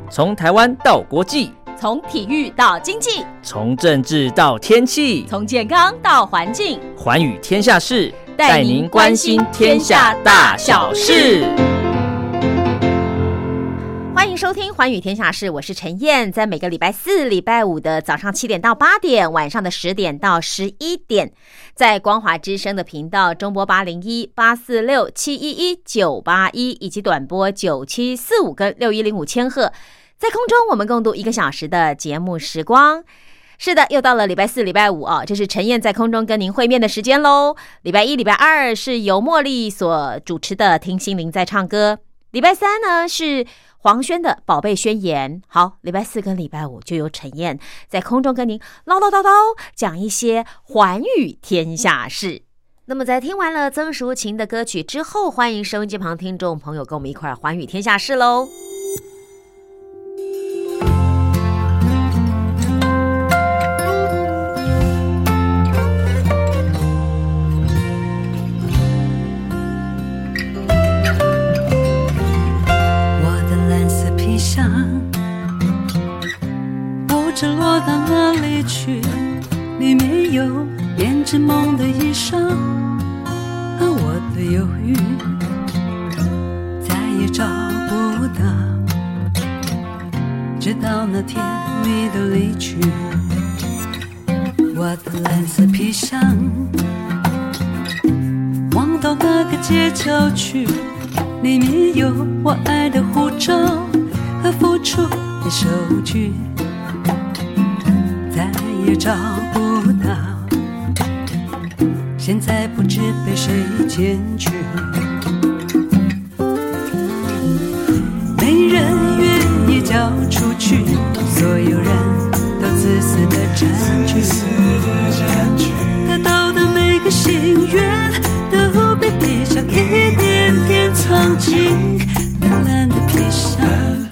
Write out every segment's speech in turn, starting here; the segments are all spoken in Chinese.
从台湾到国际， 从体育到经济， 从政治到天气， 从健康到环境， 寰宇天下事， 带您关心天下大小事。欢迎收听寰宇天下事，我是陈燕，在每个礼拜四、礼拜五的早上7点到8点，晚上的10点到11点，在光华之声的频道中波801-846-711-981以及短波9745跟6105千赫，在空中我们共度1个小时的节目时光。是的，又到了礼拜四、礼拜五这是陈燕在空中跟您会面的时间咯。礼拜一、礼拜二是由茉莉所主持的听心灵在唱歌，礼拜三呢是黄轩的宝贝宣言。好，礼拜四跟礼拜五就由陈燕在空中跟您唠唠叨叨讲一些寰宇天下事。那么在听完了曾淑琴的歌曲之后，欢迎收音机旁听众朋友跟我们一块寰宇天下事咯。 不知落到哪里去，里面有编织梦的衣裳和我的忧郁，再也找不到，直到那天你的离去。我的蓝色皮箱忘到那个街角去，里面有我爱的护照和付出的收据，再也找不到，现在不知被谁捡去。没人愿意交出去，所有人都自私的占据，得到的每个心愿都被皮箱一点点藏进蓝蓝的皮箱，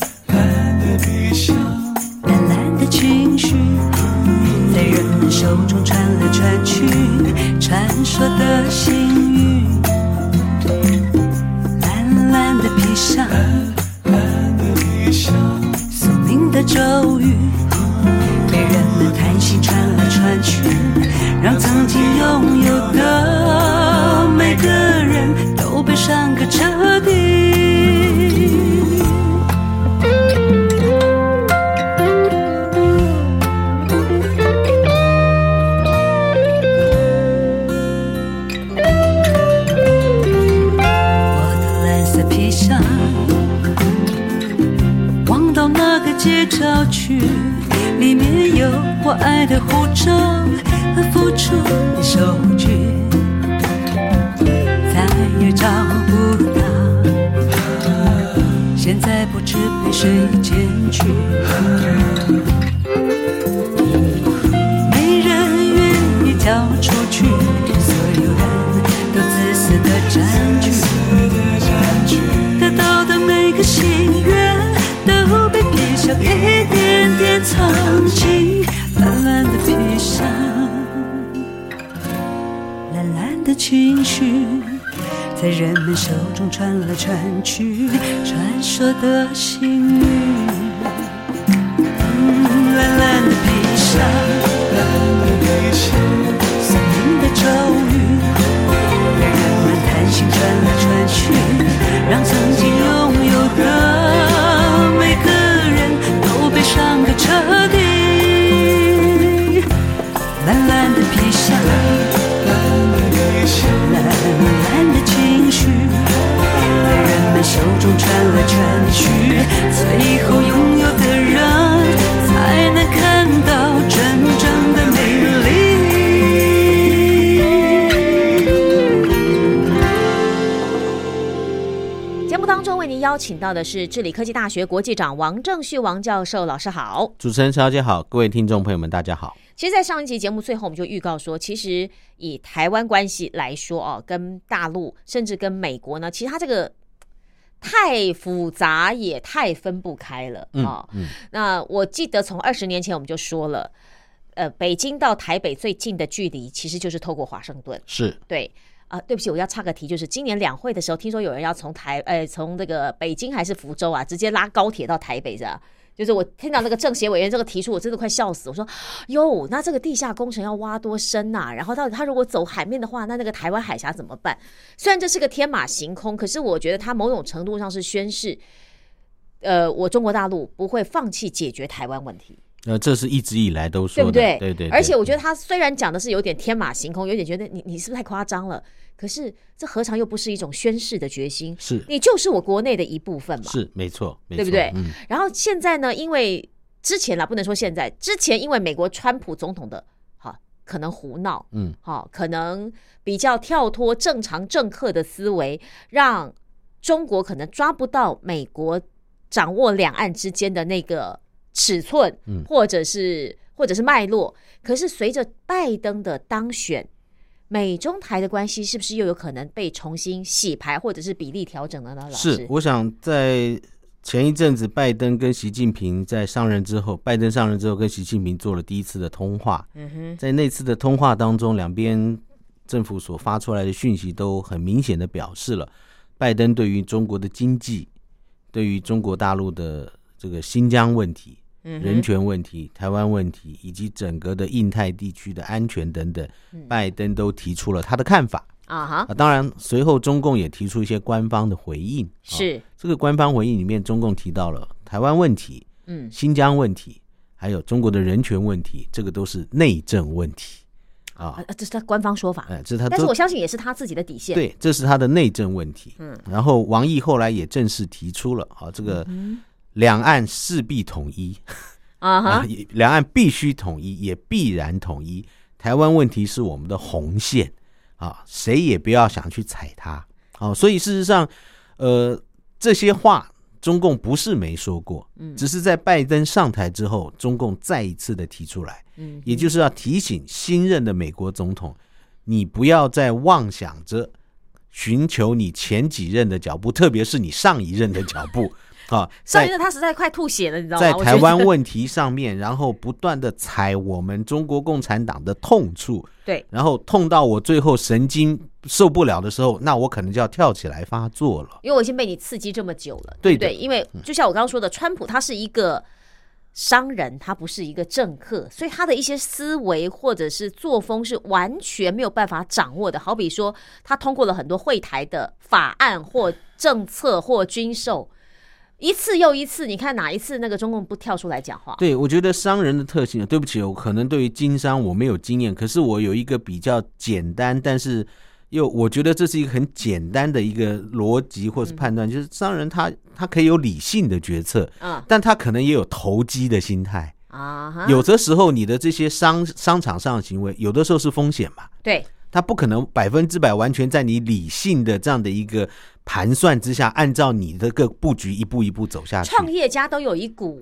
蓝蓝的情绪在人们手中传来传去，传说的幸运。蓝蓝的皮箱，宿命的咒语被人们谈心传来传去，让曾经拥有的每个人都被伤个彻底。街角去，里面有我爱的护照和付出的收据，再也找不到，现在不知被谁捡去。没人愿意交出去，所有人都自私的占据，得到的每个心愿都被皮箱一点点藏进蓝蓝的皮箱，蓝蓝的情绪在人们手中传来传去，传说的幸运。蓝蓝的皮箱，宿命的咒语被人们谈心传来传去，让曾经拥有的每个人都被伤个彻底。蓝蓝的皮箱，蓝蓝的情绪在人们手中传来传去，最后拥有的人才能看到真正的美丽。 当中为您邀请到的是致理科技大学国际长王正旭王教授，老师好。 主持人小姐好，各位听众朋友们大家好。 其实在上一集节目最后我们就预告说，其实以台湾关系来说跟大陆甚至跟美国呢，其实它这个太复杂也太分不开了那我记得从20年前我们就说了，北京到台北最近的距离其实就是透过华盛顿， 是对对不起，我要插个题，就是今年两会的时候，听说有人要从这个北京还是福州直接拉高铁到台北，是吧？ 就是我听到那个政协委员这个提出，我真的快笑死。我说哟，那这个地下工程要挖多深啊？然后到底他如果走海面的话，那个台湾海峡怎么办？虽然这是个天马行空，可是我觉得他某种程度上是宣示，我中国大陆不会放弃解决台湾问题。 这是一直以来都说的， 对不对？ 对对。 而且我觉得他虽然讲的是有点天马行空，有点觉得你是不是太夸张了？可是这何尝又不是一种宣誓的决心？ 是， 你就是我国内的一部分嘛。 是，没错， 对不对？然后现在呢，因为之前啦，不能说现在，之前因为美国川普总统的可能胡闹，可能比较跳脱正常政客的思维，让中国可能抓不到美国掌握两岸之间的那个尺寸，或者是脉络。可是随着拜登的当选，美中台的关系是不是又有可能被重新洗牌，或者是比例调整了呢？老师， 是，我想在前一阵子拜登跟习近平在上任之后，拜登上任之后跟习近平做了第一次的通话，在那次的通话当中，两边政府所发出来的讯息都很明显的表示了拜登对于中国的经济，对于中国大陆的这个新疆问题、人权问题、台湾问题，以及整个的印太地区的安全等等，拜登都提出了他的看法。当然随后中共也提出一些官方的回应。 是， 这个官方回应里面，中共提到了台湾问题、新疆问题，还有中国的人权问题，这个都是内政问题。 这是他官方说法，但是我相信也是他自己的底线。 对，这是他的内政问题。然后王毅后来也正式提出了这个两岸势必统一，两岸必须统一，也必然统一。台湾问题是我们的红线谁也不要想去踩它。所以事实上，这些话中共不是没说过，只是在拜登上台之后，中共再一次的提出来，也就是要提醒新任的美国总统，你不要再妄想着寻求你前几任的脚步，特别是你上一任的脚步。 上一任他实在快吐血了，你知道吗？ 在台湾问题上面，然后不断的踩我们中国共产党的痛处， 对， 然后痛到我最后神经受不了的时候，那我可能就要跳起来发作了， 因为我已经被你刺激这么久了， 对对，因为就像我刚刚说的，川普他是一个商人，他不是一个政客，所以他的一些思维或者是作风是完全没有办法掌握的。好比说，他通过了很多惠台的法案或政策或军售，一次又一次，你看哪一次那个中共不跳出来讲话？ 对，我觉得商人的特性，对不起，我可能对于经商我没有经验，可是我有一个比较简单，但是又我觉得这是一个很简单的一个逻辑或是判断，就是商人他可以有理性的决策，但他可能也有投机的心态。有的时候你的这些商场上的行为，有的时候是风险嘛， 对， 他不可能100%完全在你理性的这样的一个盘算之下，按照你的个布局一步一步走下去。 创业家都有一股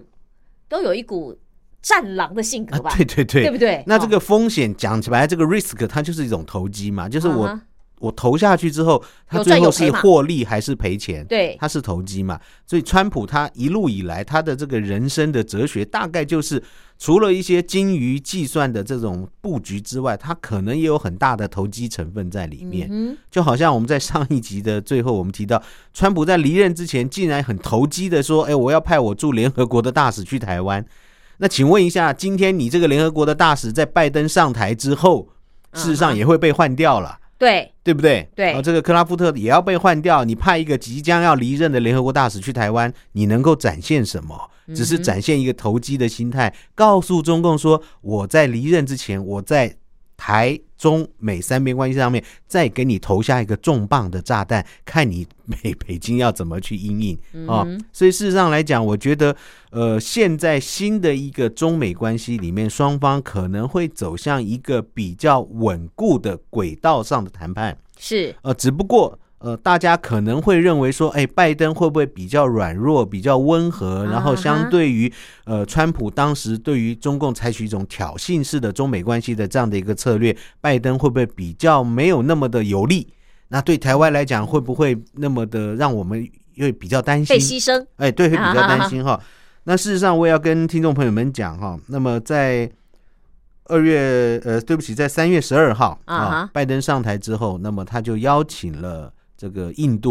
战狼的性格吧？ 对对对， 对不对？ 那这个风险讲起来，这个 risk 它就是一种投机嘛，就是我投下去之后，他最后是获利还是赔钱？ 对， 他是投机嘛。所以川普他一路以来他的这个人生的哲学，大概就是除了一些精于计算的这种布局之外，他可能也有很大的投机成分在里面。就好像我们在上一集的最后，我们提到川普在离任之前，竟然很投机的说：“我要派我驻联合国的大使去台湾。”那请问一下，今天你这个联合国的大使在拜登上台之后，事实上也会被换掉了。对不对？ 对， 这个克拉夫特也要被换掉。你派一个即将要离任的联合国大使去台湾，你能够展现什么？只是展现一个投机的心态，告诉中共说，我在离任之前，我在台中美三边关系上面再给你投下一个重磅的炸弹，看你北京要怎么去因应所以事实上来讲，我觉得现在新的一个中美关系里面，双方可能会走向一个比较稳固的轨道上的谈判。 是只不过大家可能会认为说，拜登会不会比较软弱、比较温和，然后相对于川普当时对于中共采取一种挑衅式的中美关系的这样的一个策略，拜登会不会比较没有那么的有利？那对台湾来讲，会不会那么的让我们会比较担心被牺牲？ 对，会比较担心哈。那事实上，我也要跟听众朋友们讲哈，那么在在3月12号拜登上台之后，那么他就邀请了这个印度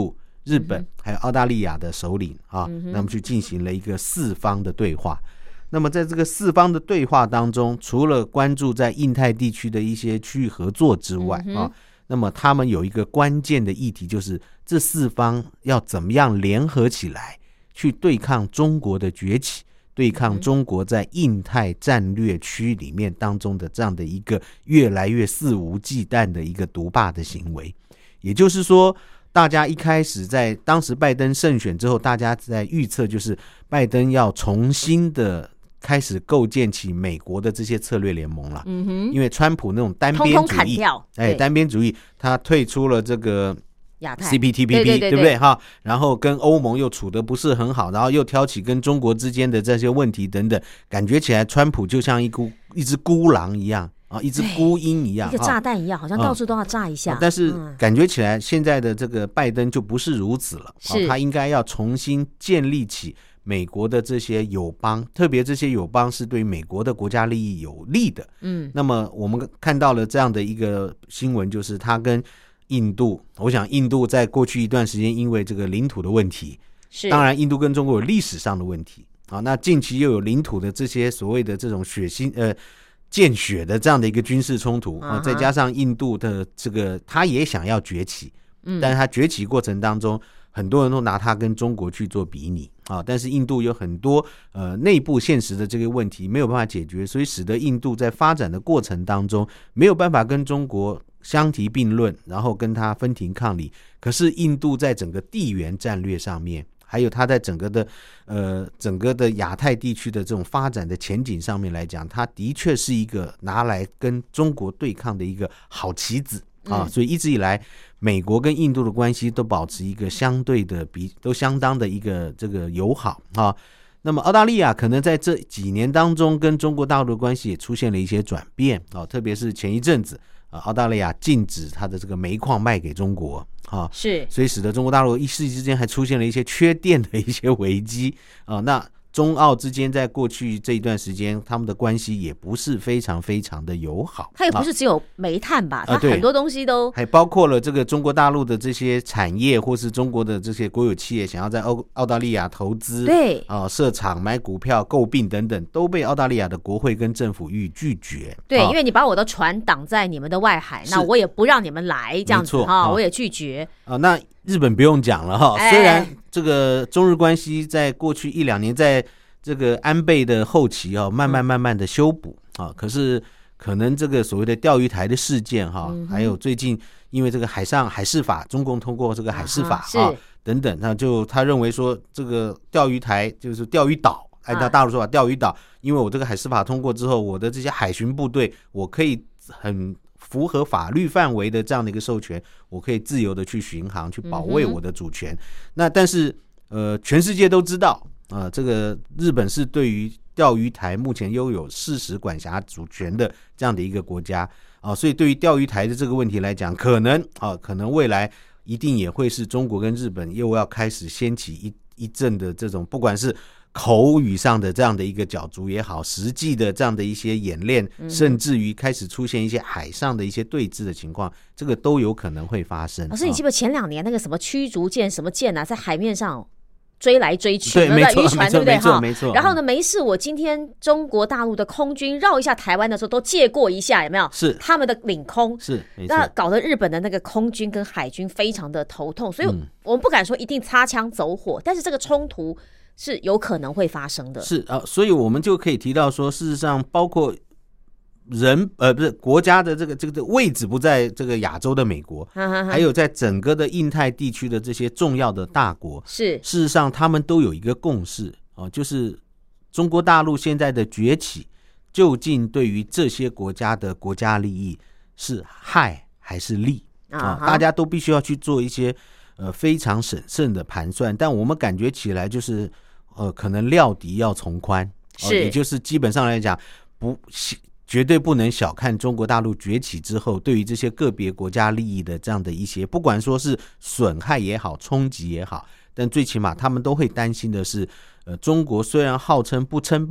日本还有澳大利亚的首领啊，那么去进行了一个4方的对话。那么在这个4方的对话当中，除了关注在印太地区的一些区域合作之外啊，那么他们有一个关键的议题，就是这4方要怎么样联合起来去对抗中国的崛起，对抗中国在印太战略区里面当中的这样的一个越来越肆无忌惮的一个独霸的行为。也就是说，大家一开始在当时拜登胜选之后，大家在预测就是拜登要重新的开始构建起美国的这些策略联盟了。因为川普那种单边主义， 通通砍掉， 单边主义，他退出了这个亚太 CPTPP， 对不对哈？然后跟欧盟又处得不是很好，然后又挑起跟中国之间的这些问题等等，感觉起来川普就像一只孤狼一样啊，一只孤鹰一样， 一个炸弹一样，好像到处都要炸一下。 但是感觉起来现在的这个拜登就不是如此了，他应该要重新建立起美国的这些友邦，特别这些友邦是对美国的国家利益有利的。那么我们看到了这样的一个新闻，就是他跟印度，我想印度在过去一段时间因为这个领土的问题，当然印度跟中国有历史上的问题啊，那近期又有领土的这些所谓的这种见血的这样的一个军事冲突啊，再加上印度的这个他也想要崛起，但是他崛起过程当中，很多人都拿他跟中国去做比拟啊，但是印度有很多内部现实的这个问题没有办法解决，所以使得印度在发展的过程当中没有办法跟中国相提并论，然后跟他分庭抗礼。可是印度在整个地缘战略上面，还有它在整个的亚太地区的这种发展的前景上面来讲，它的确是一个拿来跟中国对抗的一个好棋子啊。所以一直以来，美国跟印度的关系都保持一个相对的都相当的一个这个友好啊。那么澳大利亚可能在这几年当中跟中国大陆的关系也出现了一些转变啊，特别是前一阵子澳大利亚禁止它的这个煤矿卖给中国啊， 是， 所以使得中国大陆一时之间还出现了一些缺电的一些危机啊。那中澳之间在过去这一段时间，他们的关系也不是非常非常的友好。 它也不是只有煤炭吧，它很多东西都还包括了这个中国大陆的这些产业，或是中国的这些国有企业想要在澳大利亚投资， 对设厂买股票、购并等等，都被澳大利亚的国会跟政府予以拒绝。 对，因为你把我的船挡在你们的外海，那我也不让你们来，这样子哈，我也拒绝那日本不用讲了哈，虽然这个中日关系在过去1-2年在这个安倍的后期慢慢的修补可是可能这个所谓的钓鱼台的事件还有最近因为这个海事法，中共通过这个海事法等等，那就他认为说这个钓鱼台就是钓鱼岛，按照大陆说法钓鱼岛，因为我这个海事法通过之后，我的这些海巡部队我可以很符合法律范围的这样的一个授权，我可以自由的去巡航，去保卫我的主权。那但是全世界都知道这个日本是对于钓鱼台目前拥有事实管辖主权的这样的一个国家所以对于钓鱼台的这个问题来讲，可能未来一定也会是中国跟日本又要开始掀起一阵的这种不管是口语上的这样的一个角逐也好，实际的这样的一些演练，甚至于开始出现一些海上的一些对峙的情况，这个都有可能会发生。 老师，你记不记得前2年那个什么驱逐舰什么舰在海面上追来追去， 对，没错， 渔船对不对？ 没错。 然后呢，没事，我今天中国大陆的空军绕一下台湾的时候，都借过一下，有没有？ 是他们的领空， 是没错。 那搞得日本的那个空军跟海军非常的头痛，所以我们不敢说一定擦枪走火，但是这个冲突是有可能会发生的。 是所以我们就可以提到说，事实上包括不是国家的这个位置不在这个亚洲的美国，还有在整个的印太地区的这些重要的大国， 是事实上他们都有一个共识就是中国大陆现在的崛起，究竟对于这些国家的国家利益是害还是利大家都必须要去做一些非常审慎的盘算。但我们感觉起来就是可能料敌要从宽，也就是基本上来讲绝对不能小看中国大陆崛起之后对于这些个别国家利益的这样的一些，不管说是损害也好，冲击也好，但最起码他们都会担心的是中国虽然号称不称霸，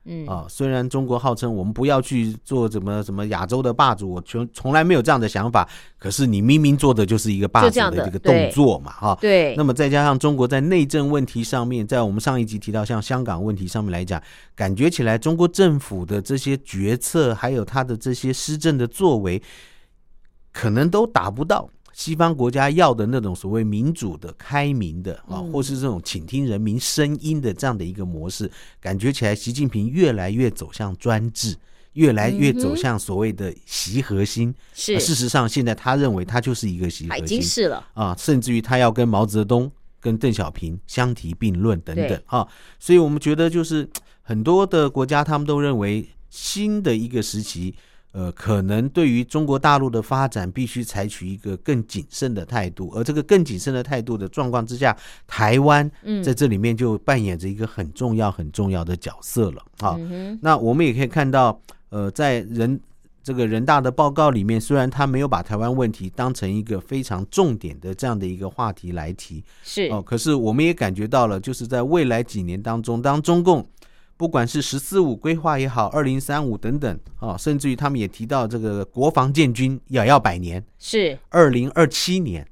虽然中国号称我们不要去做什么亚洲的霸主，我从来没有这样的想法，可是你明明做的就是一个霸主的这个动作嘛， 对。 那么再加上中国在内政问题上面，在我们上一集提到像香港问题上面来讲，感觉起来中国政府的这些决策还有他的这些施政的作为，可能都达不到西方国家要的那种所谓民主的开明的或是这种倾听人民声音的这样的一个模式，感觉起来习近平越来越走向专制，越来越走向所谓的习核心。 是事实上现在他认为他就是一个习核心， 已经是了甚至于他要跟毛泽东跟邓小平相提并论等等所以我们觉得就是很多的国家他们都认为新的一个时期可能对于中国大陆的发展必须采取一个更谨慎的态度，而这个更谨慎的态度的状况之下，台湾在这里面就扮演着一个很重要很重要的角色了那我们也可以看到在这个人大的报告里面，虽然他没有把台湾问题当成一个非常重点的这样的一个话题来提，可是我们也感觉到了，就是在未来几年当中，当中共不管是14-15规划也好，2035等等甚至于他们也提到这个国防建军也要100年， 是 2027年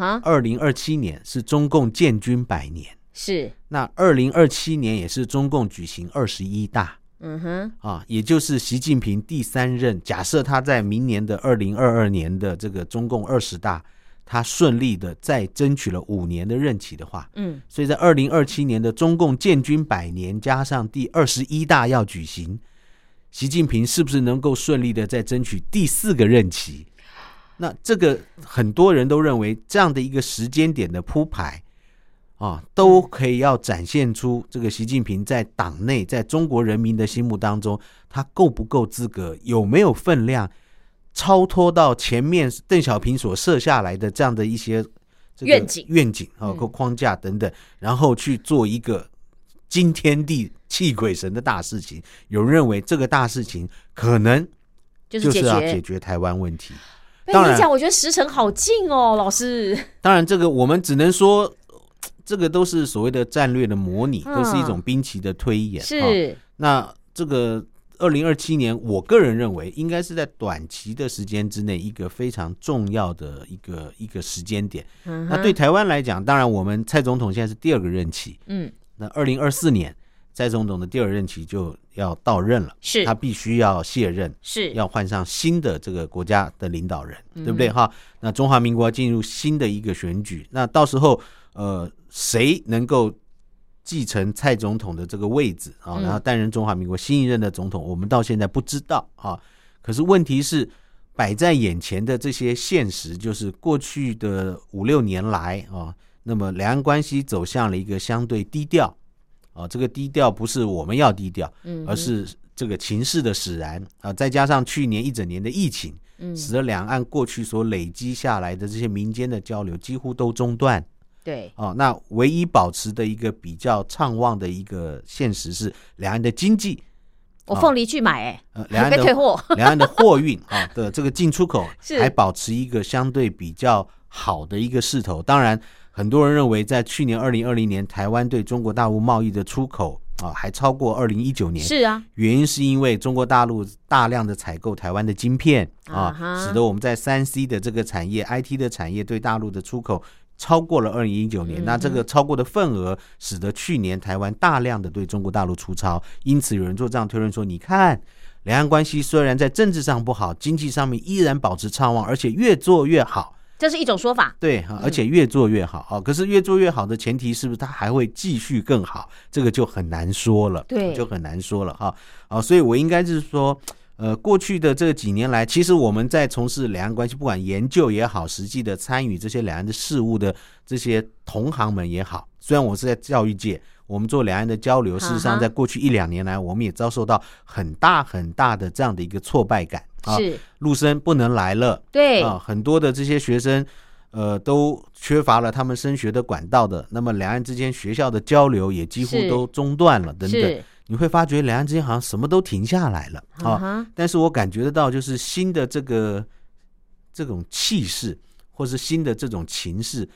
2027年是中共建军100年， 是那2027年也是中共举行21大，也就是习近平第3任，假设他在明年的2022年的这个中共20大他顺利的再争取了5年的任期的话，所以在2027年的中共建军100年加上第21大要举行，习近平是不是能够顺利的再争取第4个任期？那这个很多人都认为这样的一个时间点的铺排都可以要展现出这个习近平在党内在中国人民的心目当中他够不够资格，有没有分量，超脱到前面邓小平所设下来的这样的一些愿景框架等等，然后去做一个惊天地泣鬼神的大事情。有人认为这个大事情可能就是要解决台湾问题。 当然你讲我觉得时程好近老师。 当然这个我们只能说这个都是所谓的战略的模拟，都是一种兵棋的推演是那这个2027年我个人认为应该是在短期的时间之内一个非常重要的一个时间点那对台湾来讲，当然我们蔡总统现在是第2个任期那2024年蔡总统的第2任期就要到任了， 是他必须要卸任， 是要换上新的这个国家的领导人对不对那中华民国要进入新的一个选举，那到时候谁能够继承蔡总统的这个位置然后担任中华民国新一任的总统，我们到现在不知道可是问题是摆在眼前的这些现实，就是过去的5-6年来那么两岸关系走向了一个相对低调这个低调不是我们要低调而是这个情势的使然再加上去年1整年的疫情使得两岸过去所累积下来的这些民间的交流几乎都中断对那唯一保持的一个比较畅旺的一个现实是两岸的经济， 我凤梨去买两被退货两岸的货运的这个进出口还保持一个相对比较好的一个势头。当然很多人认为在去年2020年台湾对中国大陆贸易的出口还超过2019年， 是原因是因为中国大陆大量的采购台湾的晶片使得我们在 3C 的这个产业 IT 的产业对大陆的出口超过了2019年那这个超过的份额使得去年台湾大量的对中国大陆出超，因此有人做这样推论说，你看两岸关系虽然在政治上不好，经济上面依然保持畅旺，而且越做越好， 这是一种说法。 对而且越做越好可是越做越好的前提是不是它还会继续更好，这个就很难说了， 对， 就很难说了所以我应该是说过去的这几年来，其实我们在从事两岸关系，不管研究也好，实际的参与这些两岸的事务的这些同行们也好，虽然我是在教育界，我们做两岸的交流，事实上在过去1-2年来我们也遭受到很大很大的这样的一个挫败感是陆生不能来了， 对很多的这些学生都缺乏了他们升学的管道的，那么两岸之间学校的交流也几乎都中断了等等，你会发觉两岸之间好像什么都停下来了但是我感觉得到就是新的这种气势或是新的这种情势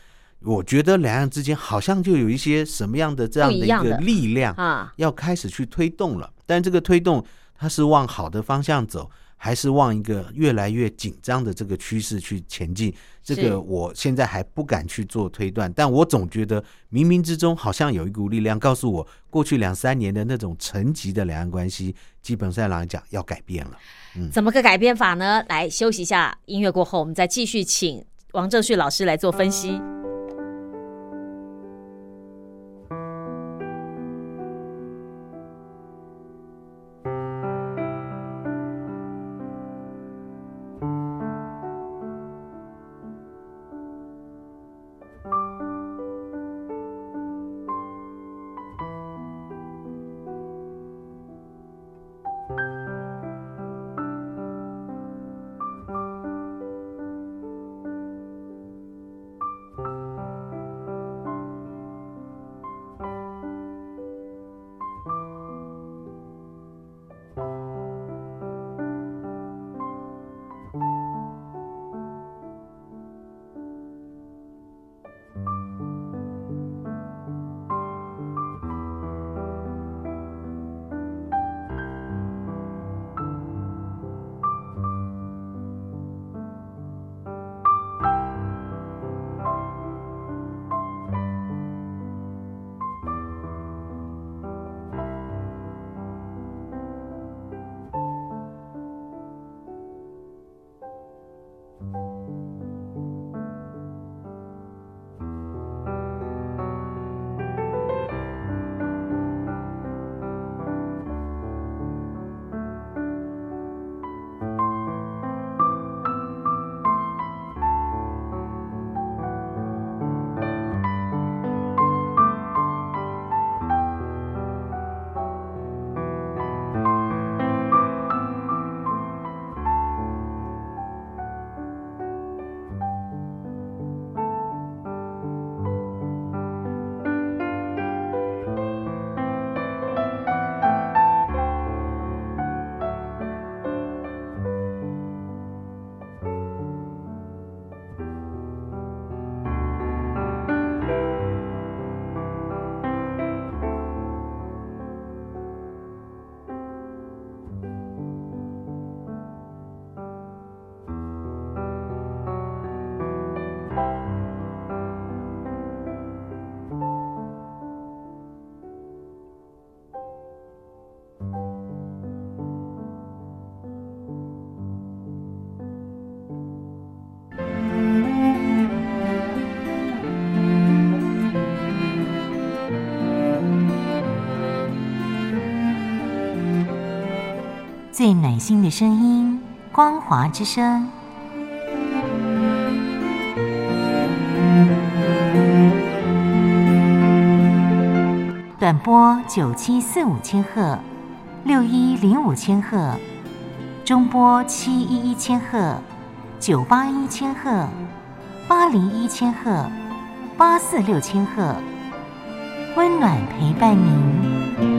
我觉得两岸之间好像就有一些什么样的这样的一个力量要开始去推动了，但这个推动它是往好的方向走，还是往一个越来越紧张的这个趋势去前进，这个我现在还不敢去做推断，但我总觉得冥冥之中好像有一股力量告诉我，过去2-3年的那种沉寂的两岸关系基本上来讲要改变了。 怎么个改变法呢？来休息一下，音乐过后我们再继续请王正旭老师来做分析。 最暖心的声音，光华之声。短波9745千赫，6105千赫，中波711千赫，981千赫，801千赫，846千赫，温暖陪伴您。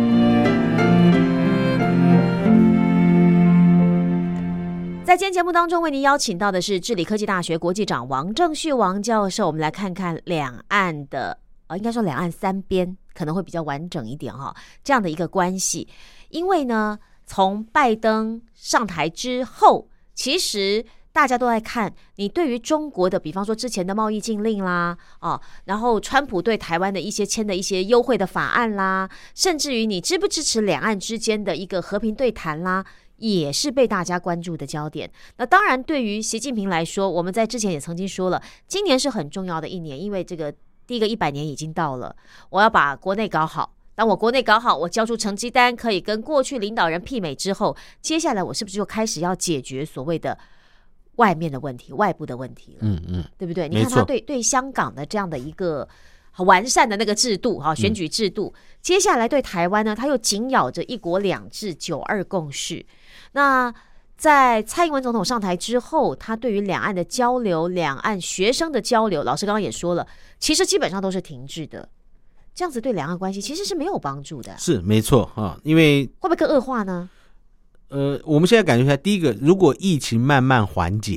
在今天节目当中，为您邀请到的是致理科技大学国际长王正旭王教授。我们来看看两岸的，应该说两岸三边可能会比较完整一点哈，这样的一个关系。因为呢，从拜登上台之后，其实大家都在看你对于中国的，比方说之前的贸易禁令啦，然后川普对台湾的一些签的一些优惠的法案啦，甚至于你支不支持两岸之间的一个和平对谈啦，也是被大家关注的焦点。那当然对于习近平来说，我们在之前也曾经说了，今年是很重要的一年，因为这个第一个100年已经到了，我要把国内搞好。当我国内搞好，我交出成绩单，可以跟过去领导人媲美之后，接下来我是不是就开始要解决所谓的外面的问题、外部的问题了？对不对？你看他对香港的这样的一个完善的那个制度哈，选举制度，接下来对台湾呢，他又紧咬着1国2制、9·2共识。那在蔡英文总统上台之后，他对于两岸的交流、两岸学生的交流，老师刚刚也说了，其实基本上都是停滞的。这样子对两岸关系其实是没有帮助的。 是没错啊，因为会不会更恶化呢？ 我们现在感觉一下，第一个，如果疫情慢慢缓解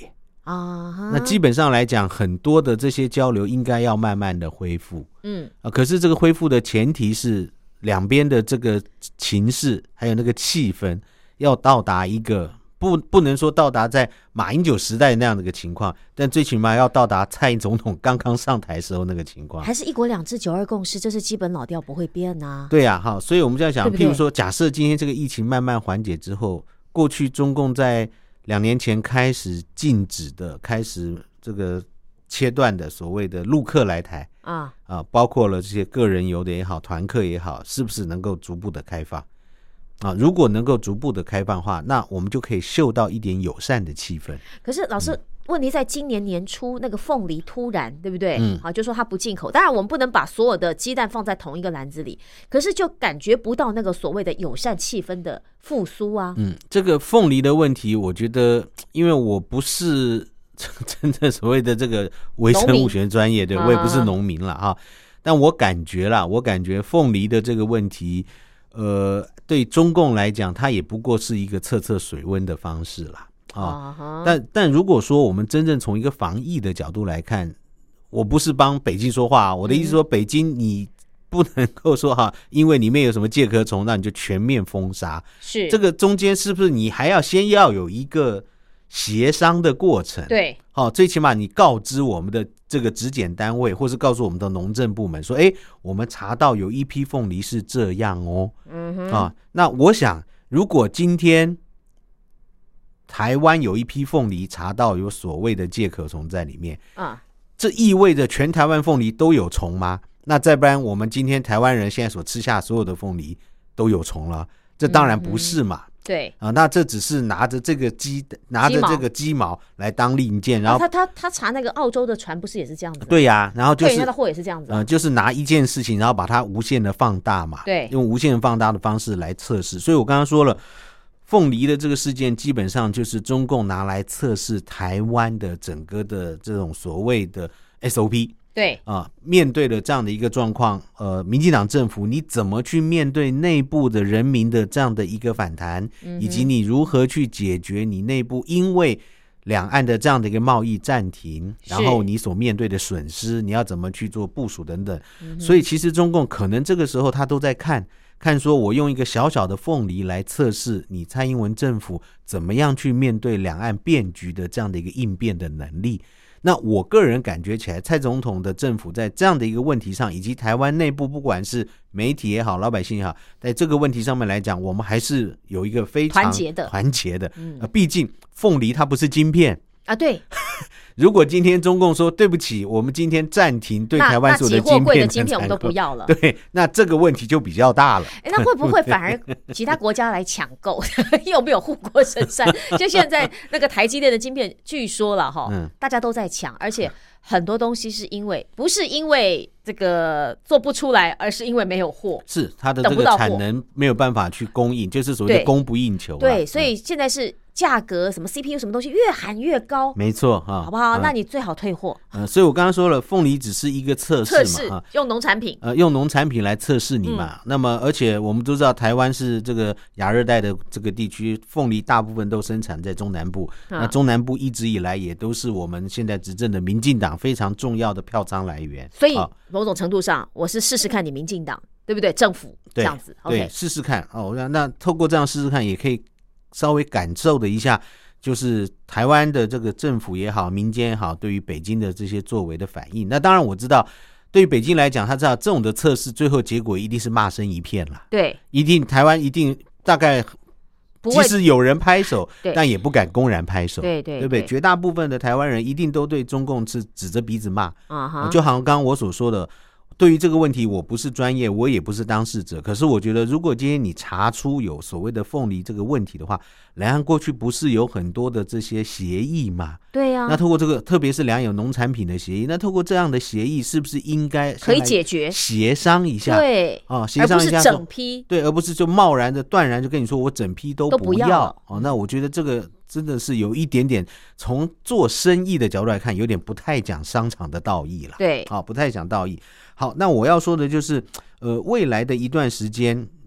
啊。 那基本上来讲，很多的这些交流应该要慢慢的恢复。可是这个恢复的前提是两边的这个情势还有那个气氛要到达一个不能说到达在马英九时代那样的一个情况，但最起码要到达蔡总统刚刚上台时候那个情况， 还是一国两制9·2共识，这是基本老调不会变啊。 对啊，好，所以我们就要想， 对不对？ 譬如说假设今天这个疫情慢慢缓解之后，过去中共在2年前开始禁止的，开始这个切断的所谓的陆客来台包括了这些个人游的也好，团客也好，是不是能够逐步的开放如果能够逐步的开放的话，那我们就可以嗅到一点友善的气氛。 可是老师，问题在今年年初那个凤梨突然，对不对？就说它不进口。当然我们不能把所有的鸡蛋放在同一个篮子里，可是就感觉不到那个所谓的友善气氛的复苏啊。 这个凤梨的问题，我觉得因为我不是真正所谓的这个微生物学专业，对，我也不是农民了但我感觉凤梨的这个问题对中共来讲，它也不过是一个测水温的方式啦但如果说我们真正从一个防疫的角度来看，我不是帮北京说话我的意思说，北京你不能够说因为里面有什么介壳虫，那你就全面封杀。 是这个中间是不是你还要先要有一个协商的过程？ 对， 最起码你告知我们的这个质检单位，或是告诉我们的农政部门说，我们查到有一批凤梨是这样那我想如果今天台湾有一批凤梨查到有所谓的介壳虫在里面这意味着全台湾凤梨都有虫吗？那再不然我们今天台湾人现在所吃下所有的凤梨都有虫了？这当然不是嘛。 对那这只是拿着这个鸡毛来当令箭，然后他查那个澳洲的船不是也是这样子？ 对呀，然后就是人家的货也是这样子就是拿一件事情，然后把它无限的放大嘛， 对， 用无限放大的方式来测试。所以我刚刚说了，凤梨的这个事件基本上就是中共拿来测试台湾的整个的这种所谓的 SOP。 对面对了这样的一个状况，民进党政府你怎么去面对内部的人民的这样的一个反弹，以及你如何去解决你内部因为两岸的这样的一个贸易暂停，然后你所面对的损失，你要怎么去做部署等等。所以其实中共可能这个时候他都在看说，我用一个小小的凤梨来测试你蔡英文政府怎么样去面对两岸变局的这样的一个应变的能力。那我个人感觉起来，蔡总统的政府在这样的一个问题上，以及台湾内部不管是媒体也好，老百姓也好，在这个问题上面来讲，我们还是有一个非常团结的。毕竟凤梨它不是晶片对。 如果今天中共说对不起，我们今天暂停对台湾所有的晶片， 那几货柜的晶片我们都不要了， 对，那这个问题就比较大了。 那会不会反而其他国家来抢购？有没有护国神山？就现在那个台积电的晶片，据说了大家都在抢，而且很多东西是不是因为这个做不出来，而是因为没有货， 是它的这个产能没有办法去供应，就是所谓的供不应求。 对，所以现在是价格什么 CPU 什么东西越喊越高， 没错好不好？那你最好退货。 所以我刚刚说了，凤梨只是一个测试嘛， 用农产品， 用农产品来测试你嘛。那么而且我们都知道，台湾是这个亚热带的这个地区，凤梨大部分都生产在中南部。那中南部一直以来也都是我们现在执政的民进党非常重要的票仓来源。 所以某种程度上，我是试试看你民进党对不对？政府这样子， 对，试试看那透过这样试试看，也可以稍微感受的一下，就是台湾的这个政府也好，民间也好，对于北京的这些作为的反应。那当然我知道，对于北京来讲，他知道这种的测试最后结果一定是骂声一片啦。 对， 一定台湾一定大概即使有人拍手，但也不敢公然拍手，对不对？绝大部分的台湾人一定都对中共是指着鼻子骂，就好像刚刚我所说的。对于这个问题，我不是专业，我也不是当事者。可是我觉得，如果今天你查出有所谓的凤梨这个问题的话，两岸过去不是有很多的这些协议吗？ 对呀。 那透过这个，特别是两岸有农产品的协议，那透过这样的协议，是不是应该可以解决？ 协商一下， 对协商一下， 而不是整批， 对，而不是就贸然的、断然就跟你说我整批都不要。那我觉得这个真的是有一点点从做生意的角度来看，有点不太讲商场的道义了。 对， 不太讲道义。好，那我要说的就是，未来的一段时间，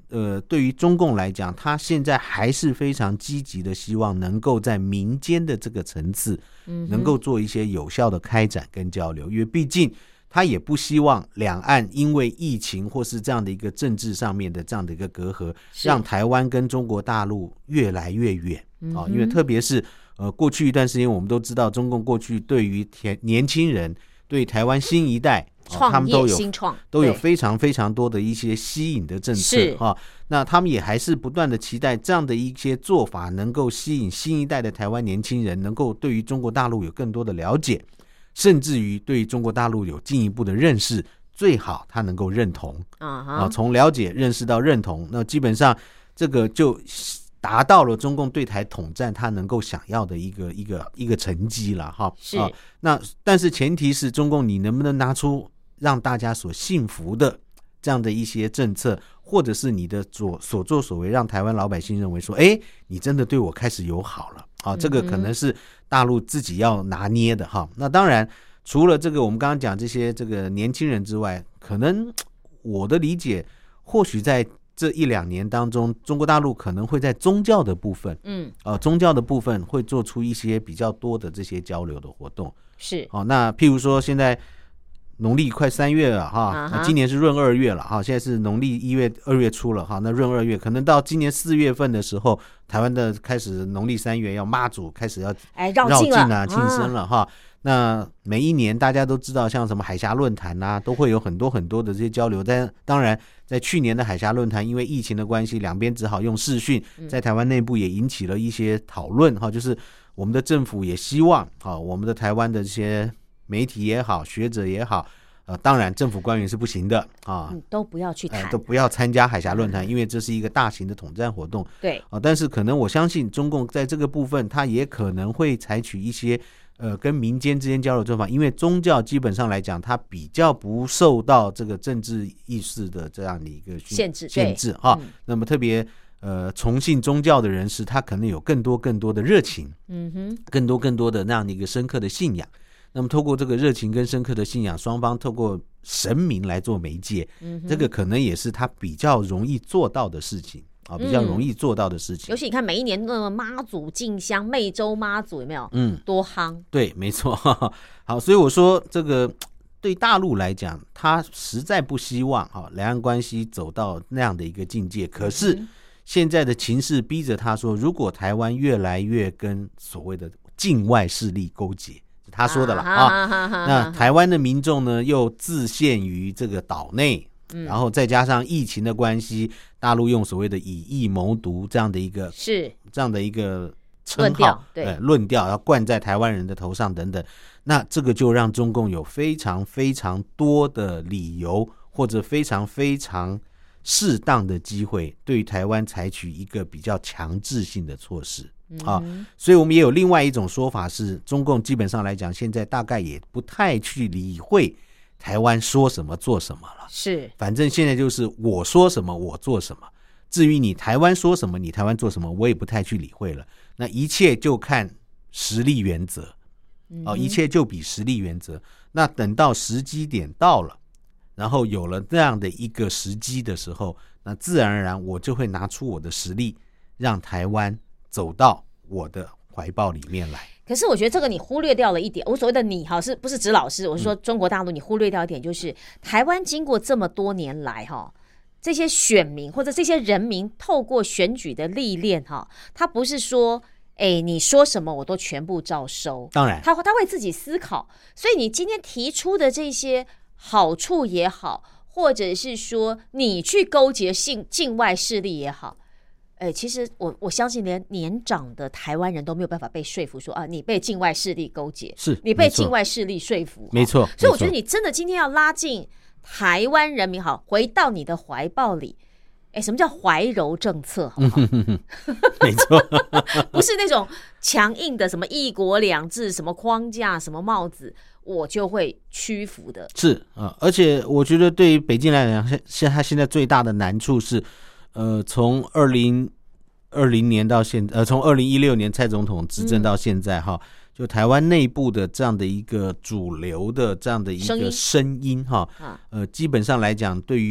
对于中共来讲，他现在还是非常积极的，希望能够在民间的这个层次，能够做一些有效的开展跟交流，因为毕竟他也不希望两岸因为疫情或是这样的一个政治上面的这样的一个隔阂，让台湾跟中国大陆越来越远啊。因为特别是过去一段时间，我们都知道中共过去对于年轻人、对台湾新一代。他们都有非常非常多的一些吸引的政策那他们也还是不断的期待这样的一些做法能够吸引新一代的台湾年轻人能够对于中国大陆有更多的了解，甚至于对于中国大陆有进一步的认识，最好他能够认同从了解认识到认同，那基本上这个就达到了中共对台统战他能够想要的一个成绩了那但是前提是中共你能不能拿出让大家所信服的这样的一些政策，或者是你的所作所为让台湾老百姓认为说你真的对我开始友好了这个可能是大陆自己要拿捏的那当然除了这个我们刚刚讲这些这个年轻人之外，可能我的理解或许在这1-2年当中，中国大陆可能会在宗教的部分宗教的部分会做出一些比较多的这些交流的活动是那譬如说现在农历快3月了那今年是闰2月了现在是农历1月2月初了那闰2月可能到今年4月份的时候，台湾的开始农历3月要妈祖开始要绕境庆生了那每一年大家都知道像什么海峡论坛都会有很多很多的这些交流，但当然在去年的海峡论坛因为疫情的关系，两边只好用视讯，在台湾内部也引起了一些讨论就是我们的政府也希望我们的台湾的这些媒体也好学者也好当然政府官员是不行的都不要去谈都不要参加海峡论坛因为这是一个大型的统战活动对但是可能我相信中共在这个部分他也可能会采取一些跟民间之间交流做法，因为宗教基本上来讲它比较不受到这个政治意识的这样的一个限制那么特别崇信宗教的人士他可能有更多的热情更多的那样的一个深刻的信仰，那么透过这个热情跟深刻的信仰，双方透过神明来做媒介这个可能也是他比较容易做到的事情比较容易做到的事情尤其你看每一年那个妈祖进香湄洲妈祖有没有多夯对没错好，所以我说这个对大陆来讲他实在不希望两岸关系走到那样的一个境界，可是现在的情势逼着他说，如果台湾越来越跟所谓的境外势力勾结，他说的了那台湾的民众呢又自陷于这个岛内然后再加上疫情的关系，大陆用所谓的以疫谋独这样的一个称号论调要灌在台湾人的头上等等，那这个就让中共有非常非常多的理由或者非常非常适当的机会对于台湾采取一个比较强制性的措施所以我们也有另外一种说法是，中共基本上来讲现在大概也不太去理会台湾说什么做什么了， 是反正现在就是我说什么我做什么，至于你台湾说什么你台湾做什么我也不太去理会了，那一切就看实力原则一切就比实力原则，那等到时机点到了，然后有了这样的一个时机的时候，那自然而然我就会拿出我的实力让台湾走到我的怀抱里面来。 可是我觉得这个你忽略掉了一点，我所谓的你是不是指老师，我是说中国大陆你忽略掉一点，就是台湾经过这么多年来这些选民或者这些人民透过选举的历练他不是说你说什么我都全部照收， 当然他会自己思考，所以你今天提出的这些好处也好，或者是说你去勾结境外势力也好，其实我相信连年长的台湾人都没有办法被说服说你被境外势力勾结， 是你被境外势力说服， 没错。 所以我觉得你真的今天要拉近台湾人民回到你的怀抱里，什么叫怀柔政策好不好？ 没错不是那种强硬的什么一国两制什么框架什么帽子我就会屈服的，是而且我觉得对于北京来讲他现在最大的难处是从2020年到现在从2016年蔡总统执政到现在就台湾内部的这样的一个主流的这样的一个声音基本上来讲对于跟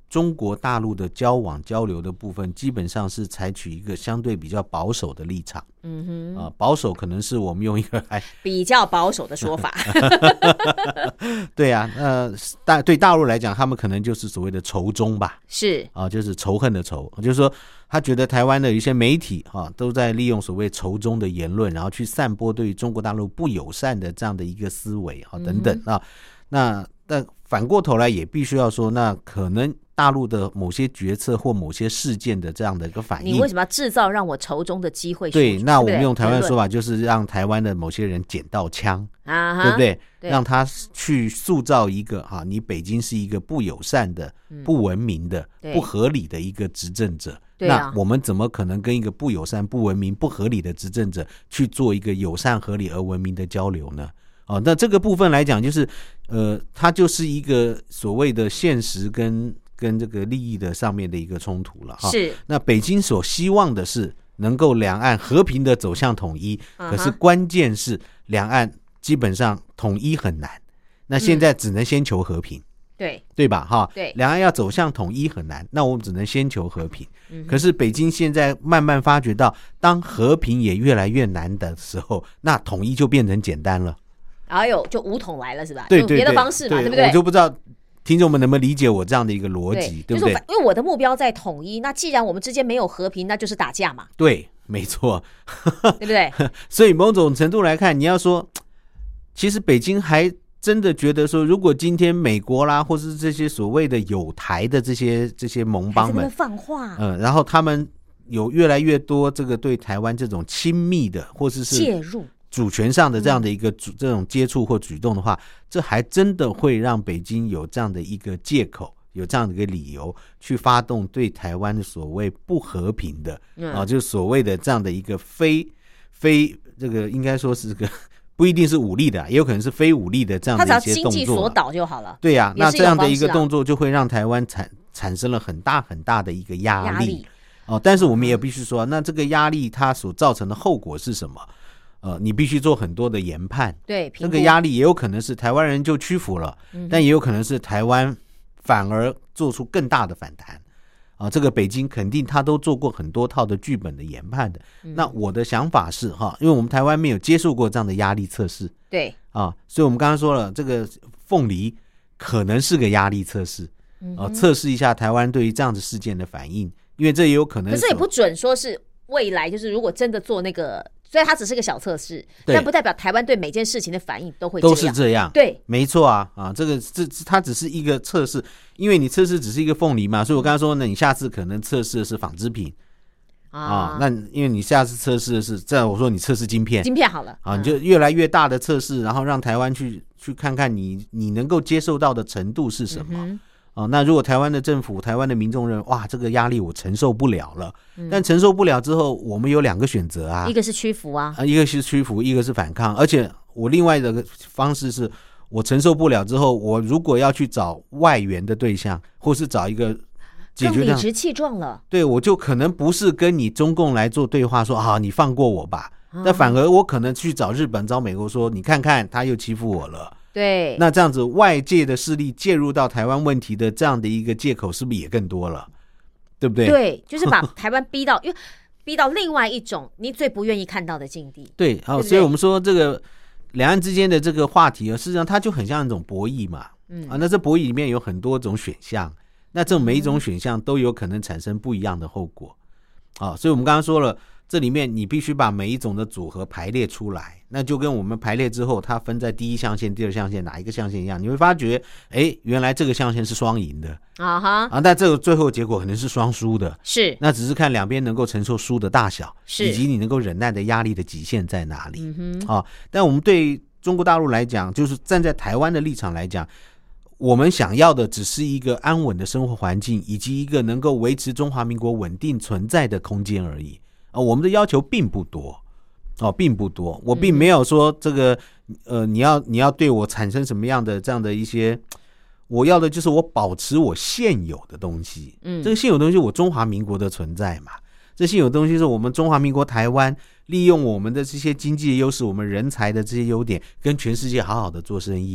中国大陆的交往交流的部分，基本上是采取一个相对比较保守的立场。保守可能是我们用一个比较保守的说法。 对啊，对大陆来讲，他们可能就是所谓的仇中吧。 是就是仇恨的仇，就是说他觉得台湾的一些媒体都在利用所谓仇中的言论，然后去散播对于中国大陆不友善的这样的一个思维等等但反过头来也必须要说，那可能大陆的某些决策或某些事件的这样的一个反应， 你为什么要制造让我仇中的机会？ 对，那我们用台湾的说法就是让台湾的某些人捡到枪，对不对？让他去塑造一个你北京是一个不友善的、不文明的、不合理的一个执政者。那我们怎么可能跟一个不友善、不文明、不合理的执政者去做一个友善、合理而文明的交流呢？那这个部分来讲，就是它就是一个所谓的现实跟这个利益的上面的一个冲突了。 是。 那北京所希望的是能够两岸和平的走向统一，可是关键是两岸基本上统一很难。那现在只能先求和平。对吧？ 对， 两岸要走向统一很难，那我们只能先求和平。可是北京现在慢慢发觉到，当和平也越来越难的时候，那统一就变成简单了。 就武统来了是吧？ 对， 有别的方式嘛，对不对？ 我就不知道听众们能不能理解我这样的一个逻辑，对不对？ 因为我的目标在统一，那既然我们之间没有和平，那就是打架嘛。 对，没错， 对不对？ 所以某种程度来看，你要说，其实北京还真的觉得说，如果今天美国啦，或是这些所谓的友台的这些盟邦们放话， 然后他们有越来越多这个对台湾这种亲密的或是介入主权上的这样的一个这种接触或举动的话，这还真的会让北京有这样的一个借口，有这样的一个理由去发动对台湾的所谓不和平的就是所谓的这样的一个非这个应该说是个不一定是武力的，也有可能是非武力的这样的一些动作，他只要经济所导就好了。 对呀，那这样的一个动作就会让台湾产生了很大很大的一个压力。但是我们也必须说，那这个压力它所造成的后果是什么？你必须做很多的研判。 对， 这个压力也有可能是台湾人就屈服了，但也有可能是台湾反而做出更大的反弹。这个北京肯定他都做过很多套的剧本的研判的。那我的想法是因为我们台湾没有接受过这样的压力测试， 对所以我们刚刚说了，这个凤梨可能是个压力测试，测试一下台湾对于这样的事件的反应，因为这也有可能， 可是也不准说是未来就是如果真的做那个，虽然它只是个小测试，但不代表台湾对每件事情的反应都是这样。对， 没错这个它只是一个测试，因为你测试只是一个凤梨嘛，所以我刚才说呢，你下次可能测试的是纺织品那因为你下次测试的是，再我说你测试晶片好了你就越来越大的测试，然后让台湾去看看你能够接受到的程度是什么。那如果台湾的政府、台湾的民众认为哇，这个压力我承受不了了，但承受不了之后，我们有两个选择一个是屈服一个是屈服，一个是反抗。而且我另外的方式是，我承受不了之后，我如果要去找外援的对象，或是找一个解决更理直气壮了， 对，我就可能不是跟你中共来做对话，说你放过我吧，但反而我可能去找日本、找美国说，你看看他又欺负我了。 对， 那这样子外界的势力介入到台湾问题的这样的一个借口是不是也更多了？对不对？ 对，就是把台湾逼到因为逼到另外一种你最不愿意看到的境地。 对，所以我们说这个两岸之间的这个话题事实上它就很像一种博弈嘛。那这博弈里面有很多种选项，那这每一种选项都有可能产生不一样的后果。所以我们刚刚说了，这里面你必须把每一种的组合排列出来，那就跟我们排列之后它分在第一象限、第二象限哪一个象限一样，你会发觉原来这个象限是双赢的但这个最后结果可能是双输的， 是， 那只是看两边能够承受输的大小，以及你能够忍耐的压力的极限在哪里。但我们对中国大陆来讲，就是站在台湾的立场来讲，我们想要的只是一个安稳的生活环境，以及一个能够维持中华民国稳定存在的空间而已。我们的要求并不多并不多，我并没有说这个你要对我产生什么样的这样的一些，我要的就是我保持我现有的东西。这个现有东西我中华民国的存在嘛，这现有东西是我们中华民国台湾利用我们的这些经济的优势，我们人才的这些优点，跟全世界好好的做生意。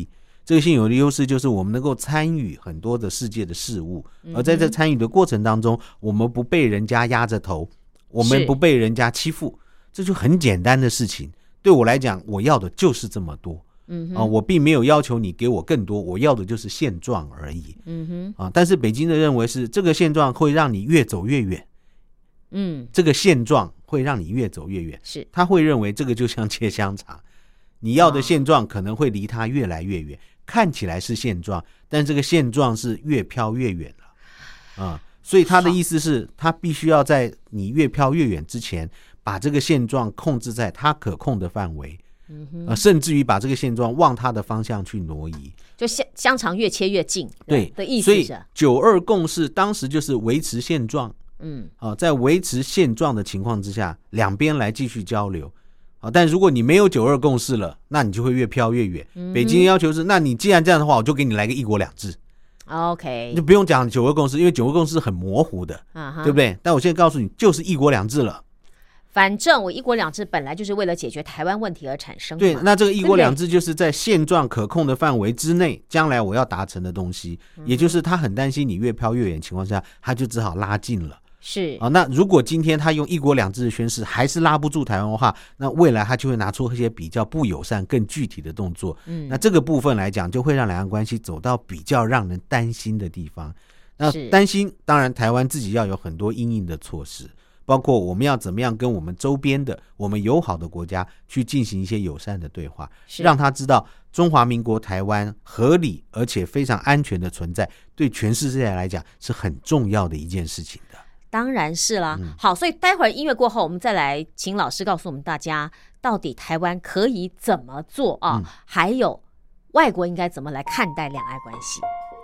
这个现有的优势就是我们能够参与很多的世界的事物，而在这参与的过程当中，我们不被人家压着头，我们不被人家欺负，这就很简单的事情。对我来讲，我要的就是这么多。我并没有要求你给我更多，我要的就是现状而已。但是北京的认为是这个现状会让你越走越远。这个现状会让你越走越远， 是他会认为这个就像切香肠，你要的现状可能会离它越来越远，看起来是现状，但这个现状是越飘越远了。所以他的意思是他必须要在你越飘越远之前，把这个现状控制在他可控的范围。甚至于把这个现状往他的方向去挪移， 就香肠越切越近， 对的意思是。 所以9·2共识当时就是维持现状，在维持现状的情况之下，两边来继续交流。但如果你没有9·2共识了，那你就会越飘越远。北京要求是，那你既然这样的话，我就给你来个1国2制。 OK， 就不用讲9·2共识，因为9·2共识很模糊的，对不对？但我现在告诉你，就是1国2制了。 反正我1国2制本来就是为了解决台湾问题而产生的。 对，那这个1国2制就是在现状可控的范围之内，将来我要达成的东西，也就是他很担心你越飘越远的情况下，他就只好拉近了。 是那如果今天他用1国2制的宣示还是拉不住台湾的话，那未来他就会拿出一些比较不友善更具体的动作。那这个部分来讲，就会让两岸关系走到比较让人担心的地方。那担心当然台湾自己要有很多因应的措施，包括我们要怎么样跟我们周边的我们友好的国家去进行一些友善的对话，让他知道中华民国台湾合理而且非常安全的存在，对全世界来讲是很重要的一件事情的。 当然是啦。好，所以待会儿音乐过后，我们再来请老师告诉我们大家，到底台湾可以怎么做啊？还有外国应该怎么来看待两岸关系。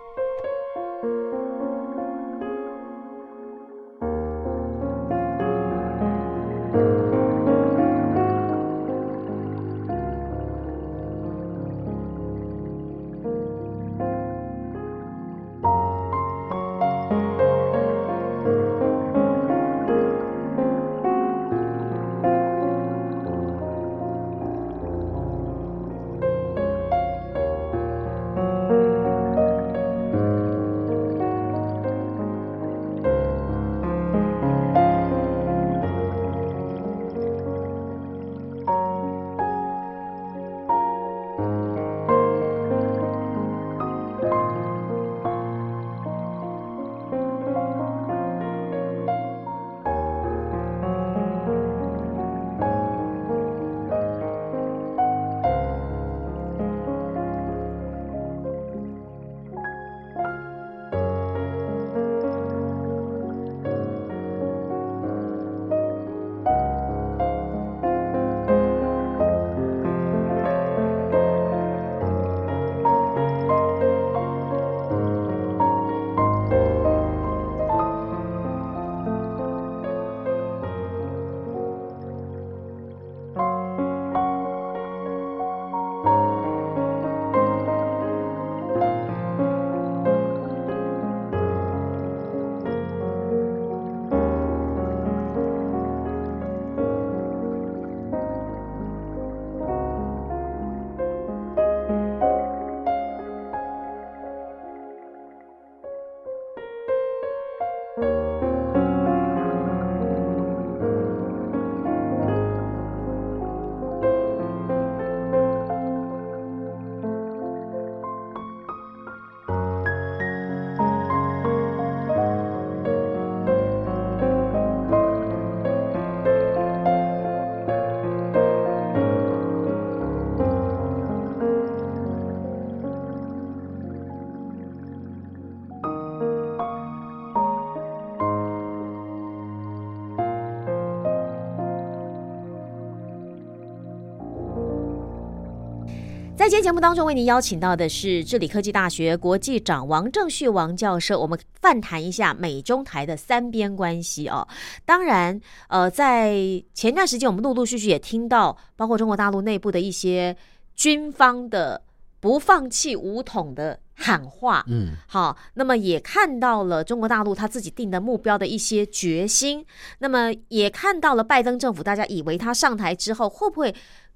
在今天节目当中，为您邀请到的是致理科技大学国际长王正旭王教授，我们泛谈一下美中台的三边关系哦。当然，在前段时间我们陆陆续续也听到，包括中国大陆内部的一些军方的不放弃武统的喊话，好，那么也看到了中国大陆他自己定的目标的一些决心，那么也看到了拜登政府，大家以为他上台之后会不会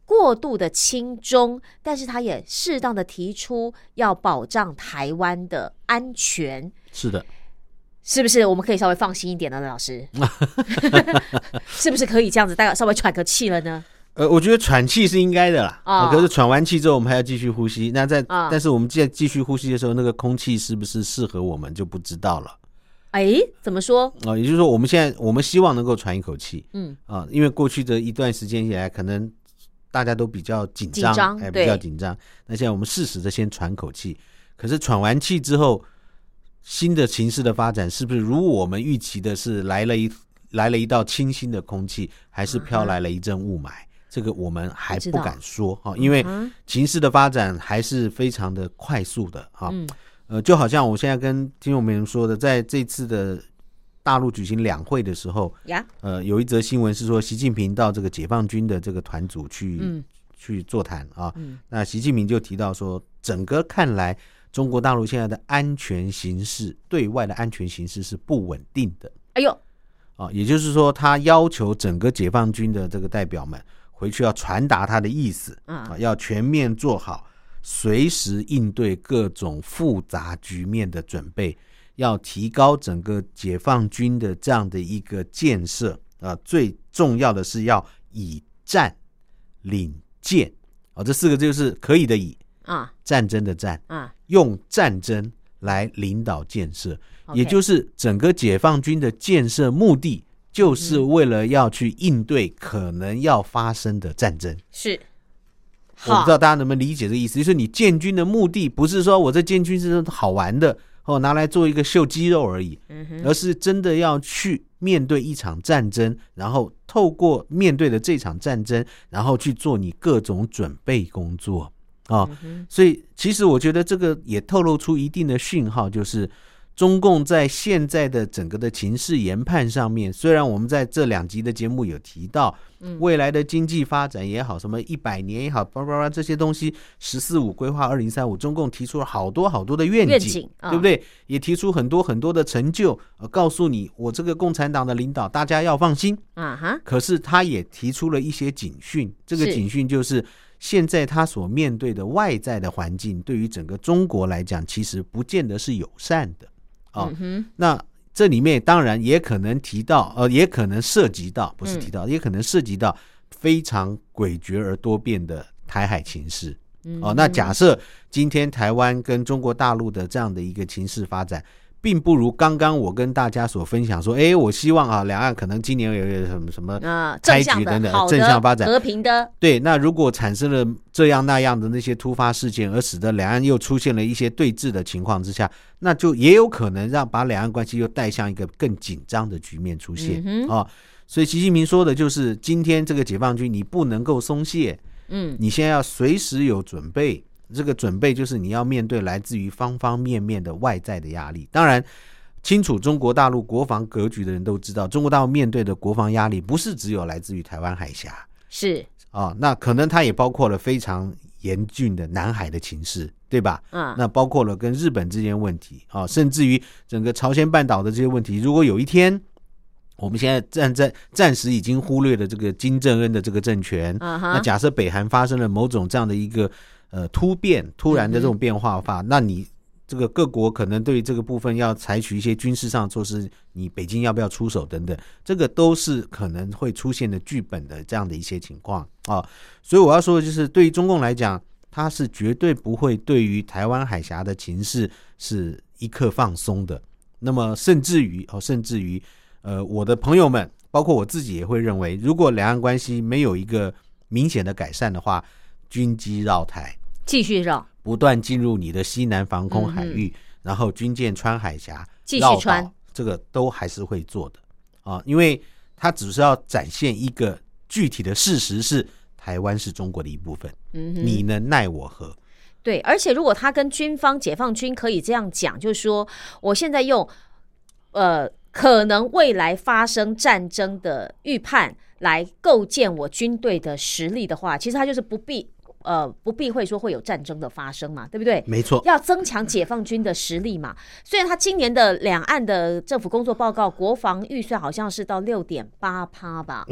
过度的亲中，但是他也适当的提出要保障台湾的安全。 是的， 是不是我们可以稍微放心一点了，老师？是不是可以这样子，大概稍微喘个气了呢？ 我觉得喘气是应该的啦。可是喘完气之后，我们还要继续呼吸。那但是我们在继续呼吸的时候，那个空气是不是适合我们就不知道了。 怎么说？ 也就是说，我们希望能够喘一口气。因为过去的一段时间以来，可能大家都比较紧张，比较紧张。那现在我们适时的先喘口气。可是喘完气之后，新的情势的发展是不是如我们预期的是来了一道清新的空气，还是飘来了一阵雾霾？这个我们还不敢说，因为情势的发展还是非常的快速的。就好像我现在跟听众朋友说的，在这次的大陆举行两会的时候，有一则新闻是说，习近平到这个解放军的这个团组去座谈啊。那习近平就提到说，整个看来中国大陆现在的安全形势，对外的安全形势是不稳定的。也就是说，他要求整个解放军的这个代表们回去要传达他的意思，要全面做好随时应对各种复杂局面的准备，要提高整个解放军的这样的一个建设。最重要的是要以战领建，这四个字就是可以的以，战争的战，用战争来领导建设，也就是整个解放军的建设目的就是为了要去应对可能要发生的战争。 是， 我不知道大家能不能理解这个意思，就是你建军的目的不是说我这建军是好玩的，拿来做一个秀肌肉而已，而是真的要去面对一场战争，然后透过面对的这场战争，然后去做你各种准备工作。所以其实我觉得这个也透露出一定的讯号，就是中共在现在的整个的情势研判上面，虽然我们在这2集的节目有提到未来的经济发展也好，什么100年也好，这些东西14五规划2035，中共提出了好多好多的愿景，对不对？也提出很多很多的成就，告诉你我这个共产党的领导大家要放心。可是他也提出了一些警讯，这个警讯就是现在他所面对的外在的环境，对于整个中国来讲，其实不见得是友善的。那这里面当然也可能提到，也可能涉及到，不是提到，也可能涉及到非常诡谲而多变的台海情势。那假设今天台湾跟中国大陆的这样的一个情势发展，并不如刚刚我跟大家所分享说，我希望两岸可能今年有什么开局等等正向发展、 和平的。 对，那如果产生了这样那样的那些突发事件，而使得两岸又出现了一些对峙的情况之下，那就也有可能把两岸关系又带向一个更紧张的局面出现。所以习近平说的就是，今天这个解放军你不能够松懈，你现在要随时有准备。这个准备就是你要面对来自于方方面面的外在的压力。当然清楚中国大陆国防格局的人都知道，中国大陆面对的国防压力不是只有来自于台湾海峡， 是那可能它也包括了非常严峻的南海的情势，对吧？那包括了跟日本之间问题，甚至于整个朝鲜半岛的这些问题。如果有一天我们现在暂时已经忽略了这个金正恩的这个政权，那假设北韩发生了某种这样的一个突然的这种变化的话，那你这个各国可能对于这个部分要采取一些军事上的措施，你北京要不要出手等等，这个都是可能会出现的剧本的这样的一些情况。所以我要说的就是，对于中共来讲，它是绝对不会对于台湾海峡的情势是一刻放松的。那么甚至于我的朋友们包括我自己也会认为，如果两岸关系没有一个明显的改善的话，军机绕台继续绕， 不断进入你的西南防空海域，然后军舰穿海峡继续穿， 这个都还是会做的因为它只是要展现一个具体的事实，是台湾是中国的一部分，你能奈我何？ 对，而且如果他跟军方解放军可以这样讲，就是说我现在用可能未来发生战争的预判来构建我军队的实力的话，其实他就是不避讳说会有战争的发生嘛，对不对？ 没错， 要增强解放军的实力嘛。虽然他今年的两岸的政府工作报告国防预算好像是到 6.8% 吧，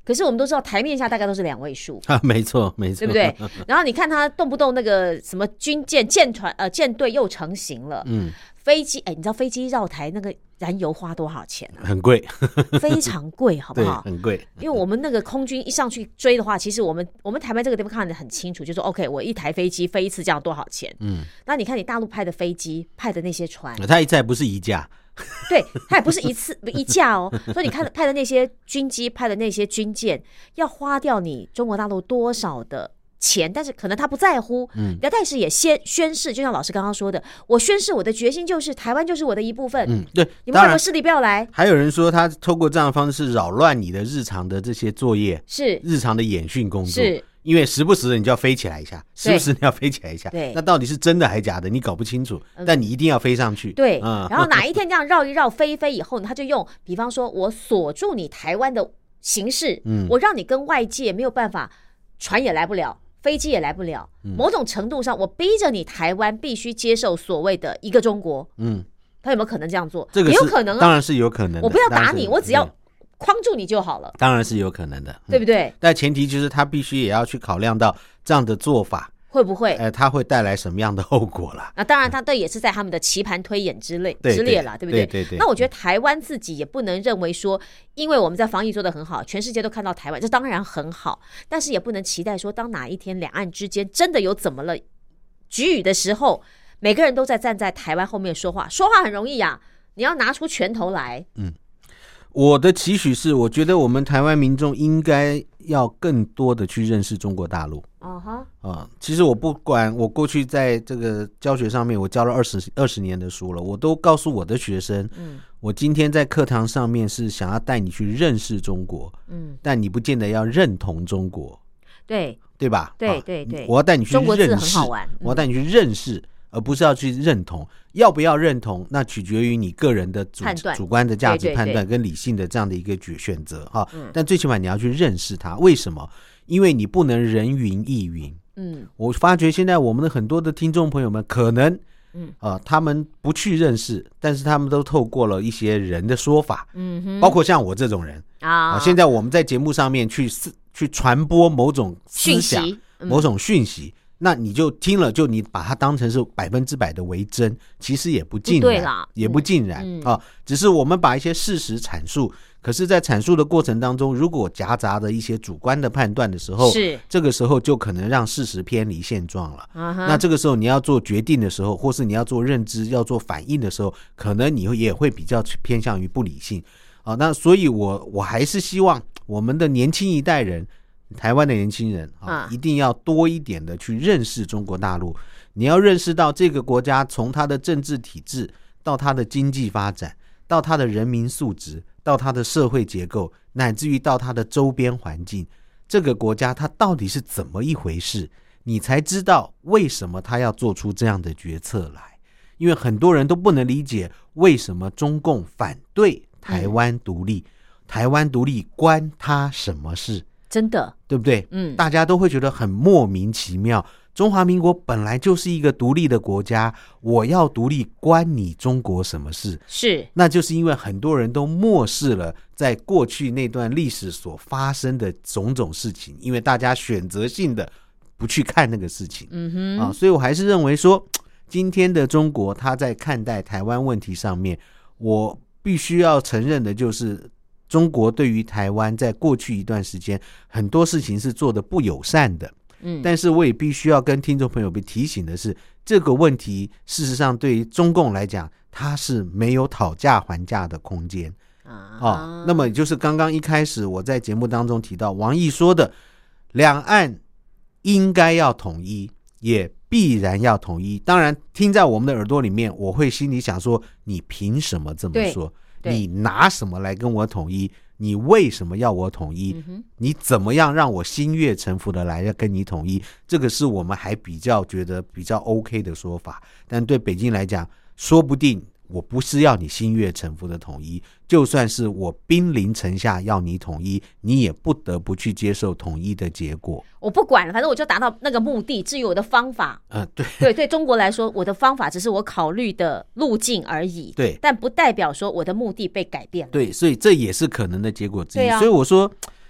可是我们都知道台面下大概都是2位数啊，没错没错， 对不对？然后你看他动不动那个什么军舰舰队又成型了，飞机你知道飞机绕台那个燃油花多少钱啊？ 很贵， 非常贵，好不好？ 对，很贵。 因为我们那个空军一上去追的话，其实我们台湾这个地方看得很清楚，就说 OK， 我一台飞机飞一次这样多少钱？那你看你大陆派的飞机派的那些船， 它一再不是一架。 对，它也不是一架哦，所以你看派的那些军机、派的那些军舰，要花掉你中国大陆多少的钱，但是可能他不在乎，但是也宣誓，就像老师刚刚说的，我宣誓我的决心就是台湾就是我的一部分， 对， 你们外国势力不要来。还有人说他透过这样的方式扰乱你的日常的这些作业， 是日常的演训工作， 是。 因为时不时的你就要飞起来一下，时不时你要飞起来一下， 对， 那到底是真的还假的，你搞不清楚，但你一定要飞上去， 对，然后哪一天这样绕一绕飞一飞以后呢，他就用，比方说我锁住你台湾的形式，我让你跟外界没有办法，船也来不了，飞机也来不了，某种程度上我逼着你台湾必须接受所谓的一个中国，他有没有可能这样做？ 这个也有可能啊， 当然是有可能的， 我不要打你，我只要框住你就好了， 当然是有可能的， 对不对？ 但前提就是他必须也要去考量到这样的做法会不会他会带来什么样的后果啦。 那当然他这也是在他们的棋盘推演之列啦，对不对？ 对。 那我觉得台湾自己也不能认为说，因为我们在防疫做得很好，全世界都看到台湾，这当然很好，但是也不能期待说，当哪一天两岸之间真的有怎么了局语的时候，每个人都在站在台湾后面说话很容易啊，你要拿出拳头来。 我的期许是，我觉得我们台湾民众应该要更多的去认识中国大陆。其实我不管，我过去在这个教学上面，我教了20年的书了，我都告诉我的学生，我今天在课堂上面是想要带你去认识中国，但你不见得要认同中国，对吧？ 对， 我要带你去认识， 中国字很好玩， 我要带你去认识。而不是要去认同，要不要认同，那取决于你个人的主观的价值判断跟理性的这样的一个选择哈。但最起码你要去认识它，为什么？因为你不能人云亦云。我发觉现在我们的很多的听众朋友们可能他们不去认识，但是他们都透过了一些人的说法，包括像我这种人现在我们在节目上面去传播某种思想、某种讯息。那你就听了，就你把它当成是100%的为真，其实也不尽然，也不尽然只是我们把一些事实阐述，可是在阐述的过程当中，如果夹杂的一些主观的判断的时候，这个时候就可能让事实偏离现状了。那这个时候你要做决定的时候，或是你要做认知、要做反应的时候，可能你也会比较偏向于不理性那所以我还是希望我们的年轻一代人，台湾的年轻人一定要多一点的去认识中国大陆。你要认识到这个国家从它的政治体制到它的经济发展，到它的人民素质，到它的社会结构，乃至于到它的周边环境，这个国家它到底是怎么一回事，你才知道为什么他要做出这样的决策来。因为很多人都不能理解为什么中共反对台湾独立，台湾独立关他什么事？ 真的， 对不对？大家都会觉得很莫名其妙。中华民国本来就是一个独立的国家，我要独立关你中国什么事？ 是， 那就是因为很多人都漠视了在过去那段历史所发生的种种事情，因为大家选择性的不去看那个事情。所以我还是认为说，今天的中国他在看待台湾问题上面，我必须要承认的就是中国对于台湾在过去一段时间很多事情是做得不友善的。但是我也必须要跟听众朋友被提醒的是，这个问题事实上对于中共来讲，它是没有讨价还价的空间那么就是刚刚一开始我在节目当中提到王毅说的，两岸应该要统一，也必然要统一。当然听在我们的耳朵里面，我会心里想说，你凭什么这么说？你拿什么来跟我统一？你为什么要我统一？你怎么样让我心悦诚服的来要跟你统一？这个是我们还比较觉得比较 OK 的说法。但对北京来讲，说不定我不是要你心悦诚服的统一，就算是我兵临城下要你统一，你也不得不去接受统一的结果。 我不管了，反正我就达到那个目的。至于我的方法，对中国来说，我的方法只是我考虑的路径而已。对，但不代表说我的目的被改变了。 对，所以这也是可能的结果之一。所以我说，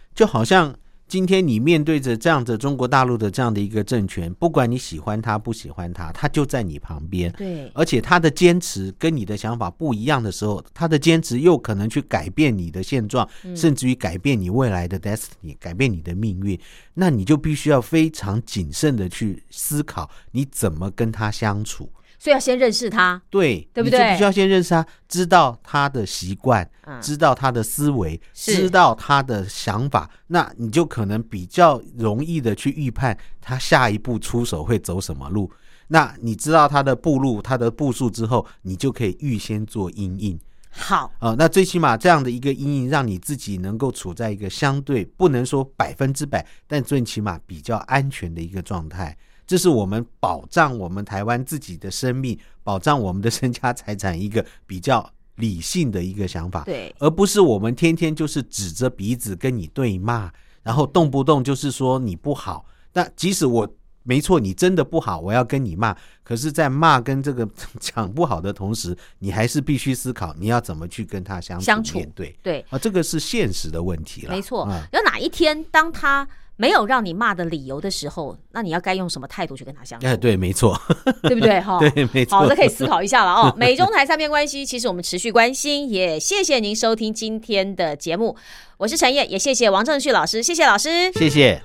就好像今天你面对着这样的中国大陆的这样的一个政权，不管你喜欢他不喜欢他，他就在你旁边。 对， 而且他的坚持跟你的想法不一样的时候，他的坚持又可能去改变你的现状，甚至于改变你未来的 destiny， 改变你的命运。那你就必须要非常谨慎的去思考你怎么跟他相处。 所以要先认识他， 对， 对不对？ 你就必须要先认识他，知道他的习惯，知道他的思维，知道他的想法，那你就可能比较容易的去预判他下一步出手会走什么路。那你知道他的步路，他的步数之后，你就可以预先做因应。 好， 那最起码这样的一个因应，让你自己能够处在一个相对不能说100%，但最起码比较安全的一个状态。这是我们保障我们台湾自己的生命，保障我们的身家财产一个比较理性的一个想法， 对， 而不是我们天天就是指着鼻子跟你对骂，然后动不动就是说你不好。那即使我没错，你真的不好，我要跟你骂，可是在骂跟这个讲不好的同时，你还是必须思考你要怎么去跟他相处面对。 对， 这个是现实的问题了。 没错，有哪一天当他没有让你骂的理由的时候，那你要该用什么态度去跟他相处？ 对，没错， 对不对？ 对，没错。 好，这可以思考一下了哦。美中台三边关系，其实我们持续关心，也谢谢您收听今天的节目，我是陈燕，也谢谢王正旭老师，谢谢老师， 谢谢。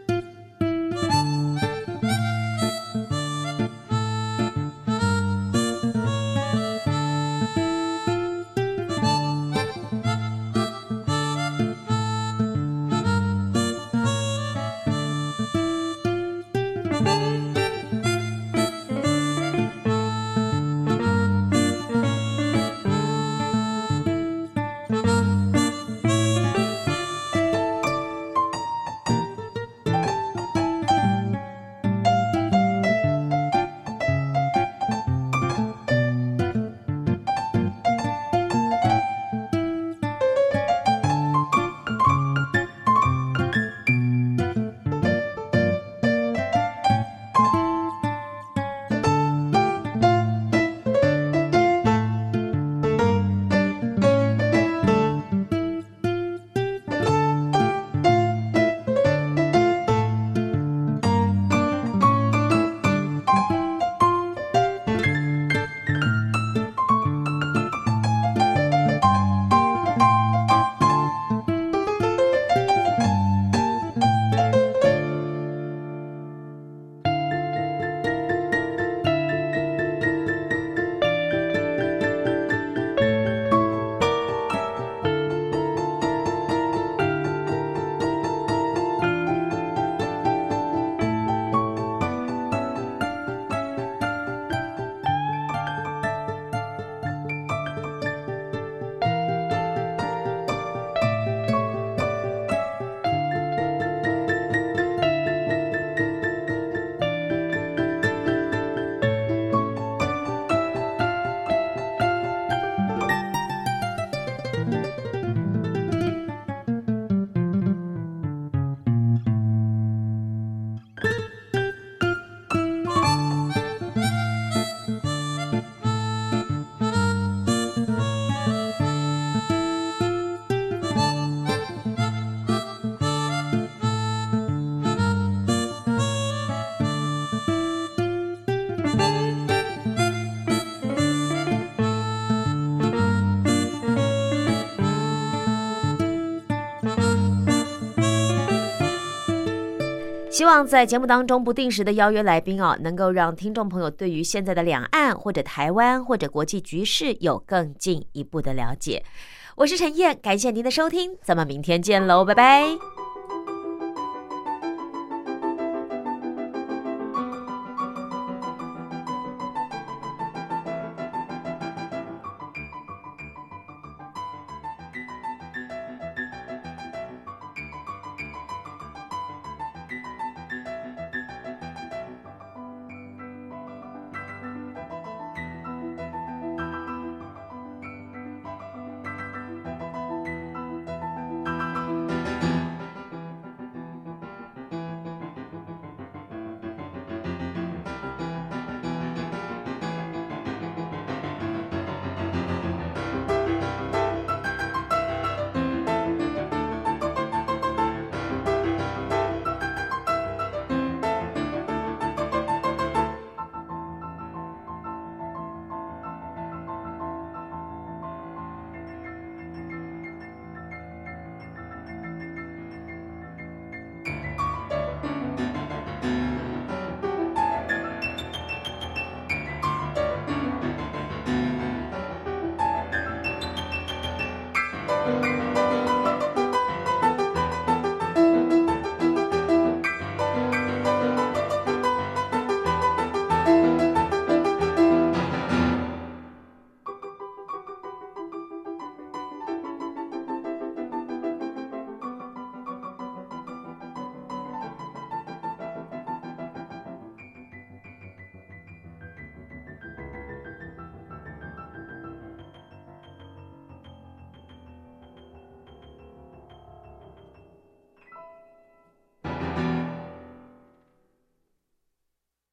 希望在节目当中不定时的邀约来宾能够让听众朋友对于现在的两岸或者台湾或者国际局势有更进一步的了解。我是陈燕，感谢您的收听，咱们明天见喽，拜拜。